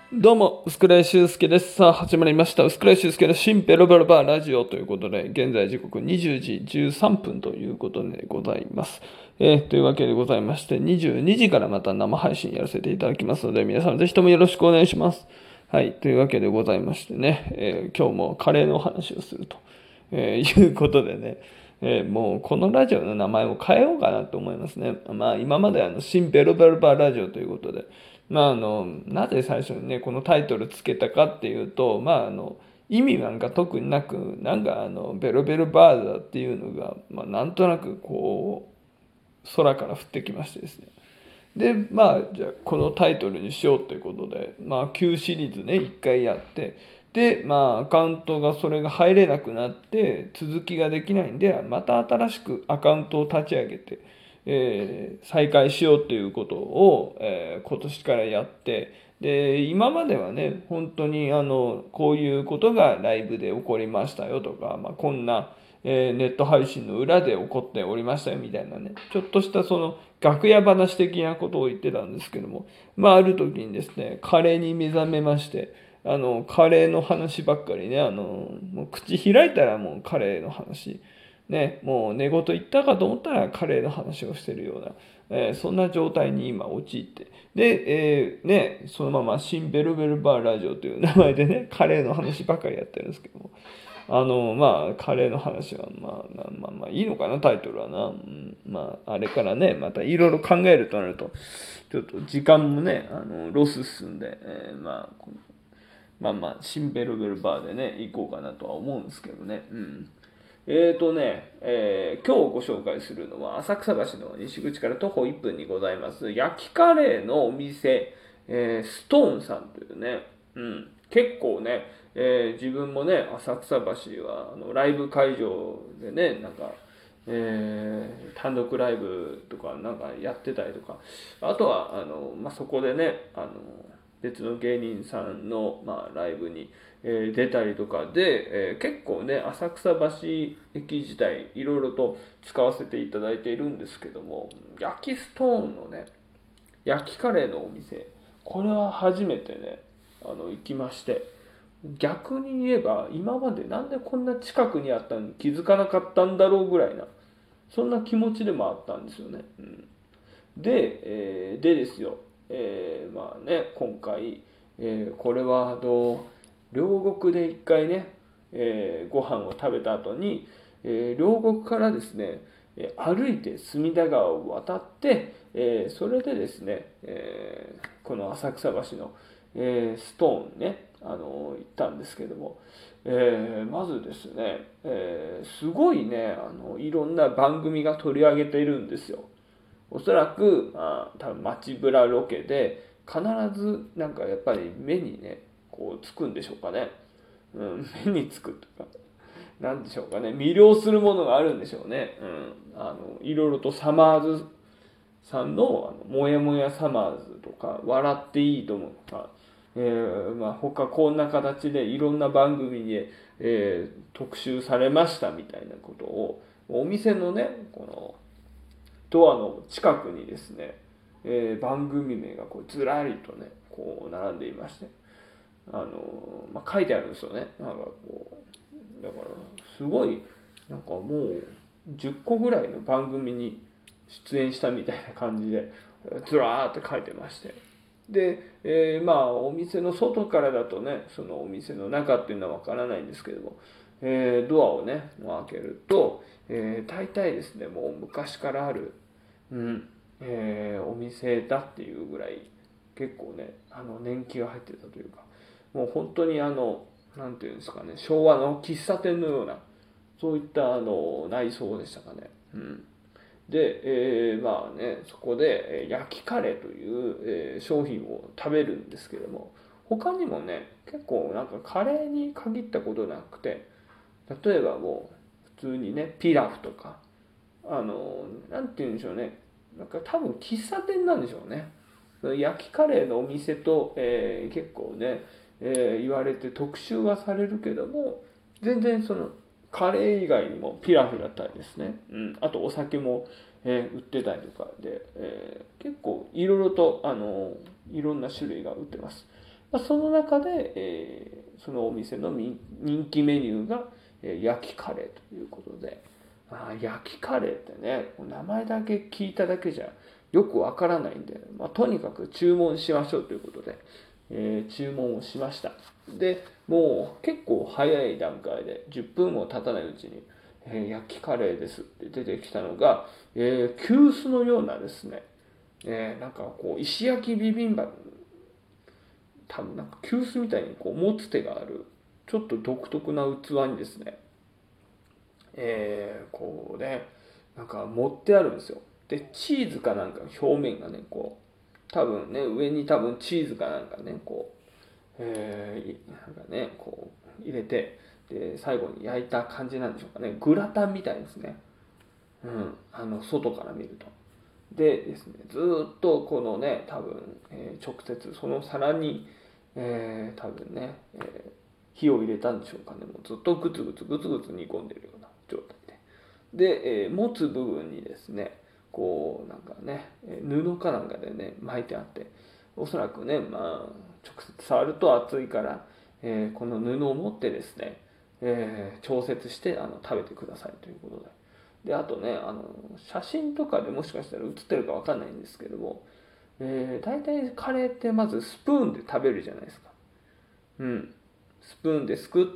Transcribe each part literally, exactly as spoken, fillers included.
どうも、薄倉修介です。さあ、始まりました。薄倉修介の新ベロベロバーラジオということで、現在時刻にじゅうじじゅうさんぷんということでございます。えーというわけでございまして、にじゅうにじからまた生配信やらせていただきますので、皆さんぜひともよろしくお願いします。はい、というわけでございましてね、えー今日もカレーの話をすると、えーいうことでね、えーもうこのラジオの名前を変えようかなと思いますね。まあ今まであの新ベロベロバーラジオということで、まああの、なぜ最初にね、このタイトルつけたかっていうと、まああの、意味なんか特になく、なんかあの、ベロベロバーだっていうのが、まあなんとなくこう、空から降ってきましてですね。で、まあ、じゃあこのタイトルにしようということで、まあきゅうシリーズね、いっかいやって、で、まあアカウントがそれが入れなくなって、続きができないんで、また新しくアカウントを立ち上げて、えー再開しようということを、えー今年からやって、で、今まではね、本当にあの、こういうことがライブで起こりましたよとか、まあ、こんな、えーネット配信の裏で起こっておりましたよみたいなね、ちょっとしたその楽屋話的なことを言ってたんですけども、まあ、ある時にですね、カレーに目覚めまして、あの、カレーの話ばっかりね、あの、もう口開いたらもうカレーの話。ね、もう寝言言ったかと思ったらカレーの話をしてるような、えーそんな状態に今陥って、で、えーね、そのまま新ベルベルバーラジオという名前でね、カレーの話ばっかりやってるんですけども、あの、まあ、カレーの話は、まあ、まあ、まあ、いいのかな、タイトルはな。うん、まあ、あれからね、またいろいろ考えるとなると、ちょっと時間もね、あの、ロス進んで、えーまあ、まあまあ、新ベルベルバーでね、行こうかなとは思うんですけどね。うん。えーとね、えー今日ご紹介するのは浅草橋の西口から徒歩いっぷんにございます焼きカレーのお店、えーストーンさんというね、うん、結構ね、えー自分もね浅草橋はあのライブ会場でねなんか、えー単独ライブとかなんかやってたりとか、あとはあの、まあ、そこでねあの別の芸人さんの、まあ、ライブに、えー出たりとかで、えー結構ね浅草橋駅自体いろいろと使わせていただいているんですけども、焼きストーンのね焼きカレーのお店、これは初めてねあの行きまして、逆に言えば今までなんでこんな近くにあったのに気づかなかったんだろうぐらいな、そんな気持ちでもあったんですよね。うん、で、えーでですよ、えーまあね、今回、えーこれはあの両国で一回ね、えーご飯を食べた後に、えー両国からですね、えー歩いて隅田川を渡って、えーそれでですね、えーこの浅草橋の、えーストーンね、あの行ったんですけども、えーまずですね、えーすごいね、あのいろんな番組が取り上げているんですよ。おそらく、まあ、多分街ブラロケで必ずなんかやっぱり目にねこうつくんでしょうかね、うん、目につくとかなんでしょうかね、魅了するものがあるんでしょうね、うん、あのいろいろとサマーズさんの「あのもやもやサマーズ」とか「笑っていいとも」とか、えーまあ、他こんな形でいろんな番組で、えー特集されましたみたいなことをお店のねこのドアの近くにですね、えー番組名がこうずらりとねこう並んでいまして、あのーまあ、書いてあるんですよね。なんかこうだからすごいなんかもうじゅっこぐらいの番組に出演したみたいな感じでずらーって書いてまして、で、えーまあお店の外からだとねそのお店の中っていうのはわからないんですけども、えードアをね開けると、えー大体ですねもう昔からある、うんえーお店だっていうぐらい結構ねあの年季が入ってたというか、もう本当にあのなんていうんですかね、昭和の喫茶店のようなそういったあの内装でしたかね。うん、で、えーまあねそこで焼きカレーという、えー商品を食べるんですけども、他にもね結構なんかカレーに限ったことなくて、例えばもう普通にねピラフとか、あのなんて言うんでしょうね、なんか多分喫茶店なんでしょうね。焼きカレーのお店と、えー結構ね、えー言われて特集はされるけども、全然そのカレー以外にもピラフだったりですね、うん、あとお酒も、えー売ってたりとかで、えー結構いろいろとあのいろんな種類が売ってます。 まあ、その中で、えーそのお店の人気メニューが、えー焼きカレーということで、あー焼きカレーってね、名前だけ聞いただけじゃよくわからないんで、まあ、とにかく注文しましょうということで、えー注文をしました。で、もう結構早い段階でじゅっぷんも経たないうちに、えー焼きカレーですって出てきたのが、えー急須のようなですね、えーなんかこう石焼きビビンバ、多分なんか急須みたいにこう持つ手があるちょっと独特な器にですね、えーこうね、なんか持ってあるんですよ。でチーズかなんか表面がね、こう多分ね、上に多分チーズかなんかね、こう、えーなんかね、こう入れて、で最後に焼いた感じなんでしょうかね。グラタンみたいですね。うん、あの外から見ると。でですね、ずーっとこのね、多分、えー直接その皿に、えー多分ね、えー火を入れたんでしょうかね。もうずっとグツグツグツグツ煮込んでるような状態で。で、えー持つ部分にですね、こうなんかね、えー布かなんかでね、巻いてあって、おそらくね、まあ、直接触ると熱いから、えーこの布を持ってですね、えー調節してあの食べてくださいということで。で、あとね、あの、写真とかでもしかしたら写ってるかわかんないんですけども、えー、大体カレーってまずスプーンで食べるじゃないですか。うん。スプーンですくって、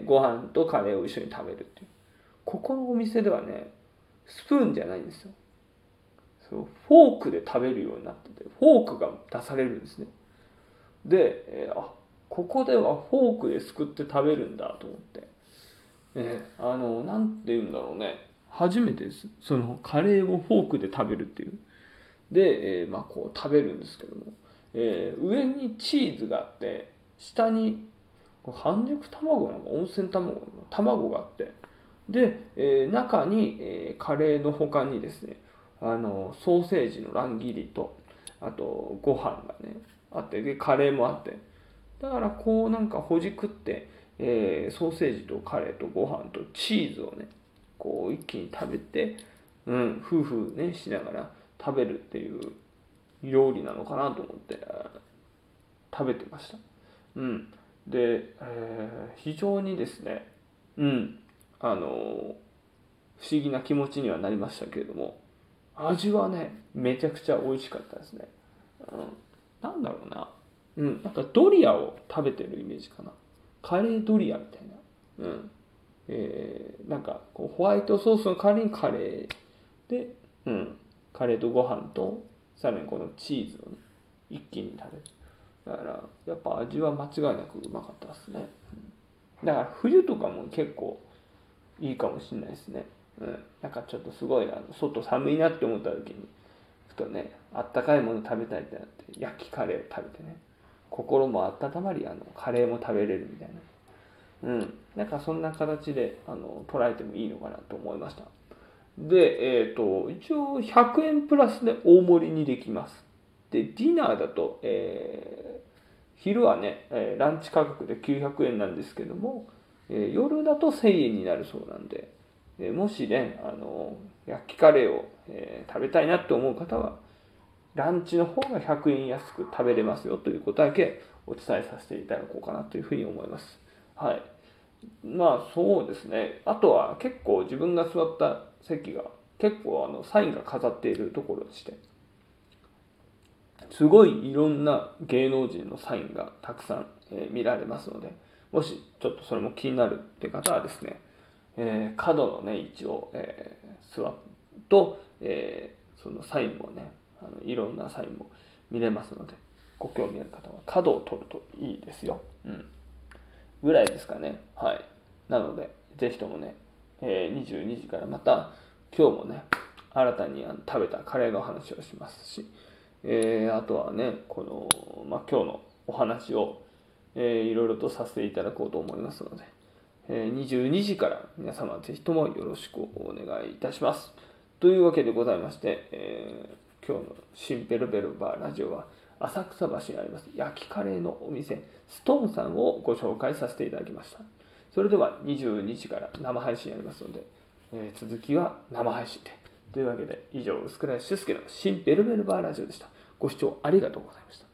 ご飯とカレーを一緒に食べるっていう。ここのお店ではね、スプーンじゃないんですよ。そうフォークで食べるようになってて、フォークが出されるんですね。で、えーあ、ここではフォークですくって食べるんだと思って。えーあの、なんて言うんだろうね。初めてです。そのカレーをフォークで食べるっていう。で、えーまあこう食べるんですけども、えー上にチーズがあって、下にこれ半熟卵なのか温泉卵なのか卵があって、で、えー中に、えーカレーの他にですね、あのソーセージの乱切りと、あとご飯がね、あって、で、カレーもあって、だからこうなんかほじくって、えーソーセージとカレーとご飯とチーズをね、こう一気に食べて、うん、夫婦ねしながら食べるっていう料理なのかなと思って食べてました。うん。で、えー非常にですね、うん、あの不思議な気持ちにはなりましたけれども、味はね、めちゃくちゃ美味しかったですね。うん、なんだろうな。うん、なんかドリアを食べてるイメージかな。カレードリアみたいな。うん。えー、なんかこうホワイトソースの代わりにカレーで、うん、カレーとご飯と、さらにこのチーズをね、一気に食べる。だから、やっぱ味は間違いなくうまかったですね。だから冬とかも結構いいかもしれないですね。うん。なんかちょっとすごい、あの外寒いなって思った時に、ふとね、あったかいもの食べたいってなって、焼きカレーを食べてね、心も温まり、あの、カレーも食べれるみたいな。うん。なんかそんな形で、あの、捉えてもいいのかなと思いました。で、えっと、一応ひゃくえんプラスで大盛りにできます。で、ディナーだと、えー昼はね、えーランチ価格できゅうひゃくえんなんですけども、えー夜だとせんえんになるそうなんで、えーもしね、あの焼きカレーを、えー食べたいなって思う方は、ランチの方がひゃくえん安く食べれますよということだけお伝えさせていただこうかなというふうに思います。はい。まあそうですね。あとは結構自分が座った席が結構あのサインが飾っているところでして、すごいいろんな芸能人のサインがたくさん、えー見られますので、もしちょっとそれも気になるって方はですね、えー角のね、位置を、えー座ると、えーそのサインもね、あのいろんなサインも見れますので、ご興味ある方は角を取るといいですよ。うん。ぐらいですかね。はい。なので、ぜひともね、えーにじゅうにじからまた、今日もね、新たにあの食べたカレーの話をしますし、えーあとはね、この、まあ、今日のお話を、えーいろいろとさせていただこうと思いますので、えーにじゅうにじから皆様ぜひともよろしくお願いいたします。というわけでございまして、えー今日のシンペルベルバーラジオは浅草橋にあります焼きカレーのお店ストーンさんをご紹介させていただきました。それではにじゅうにじから生配信ありますので、えー続きは生配信で。というわけで以上、薄倉俊介のシンペルベルバーラジオでした。ご視聴ありがとうございました。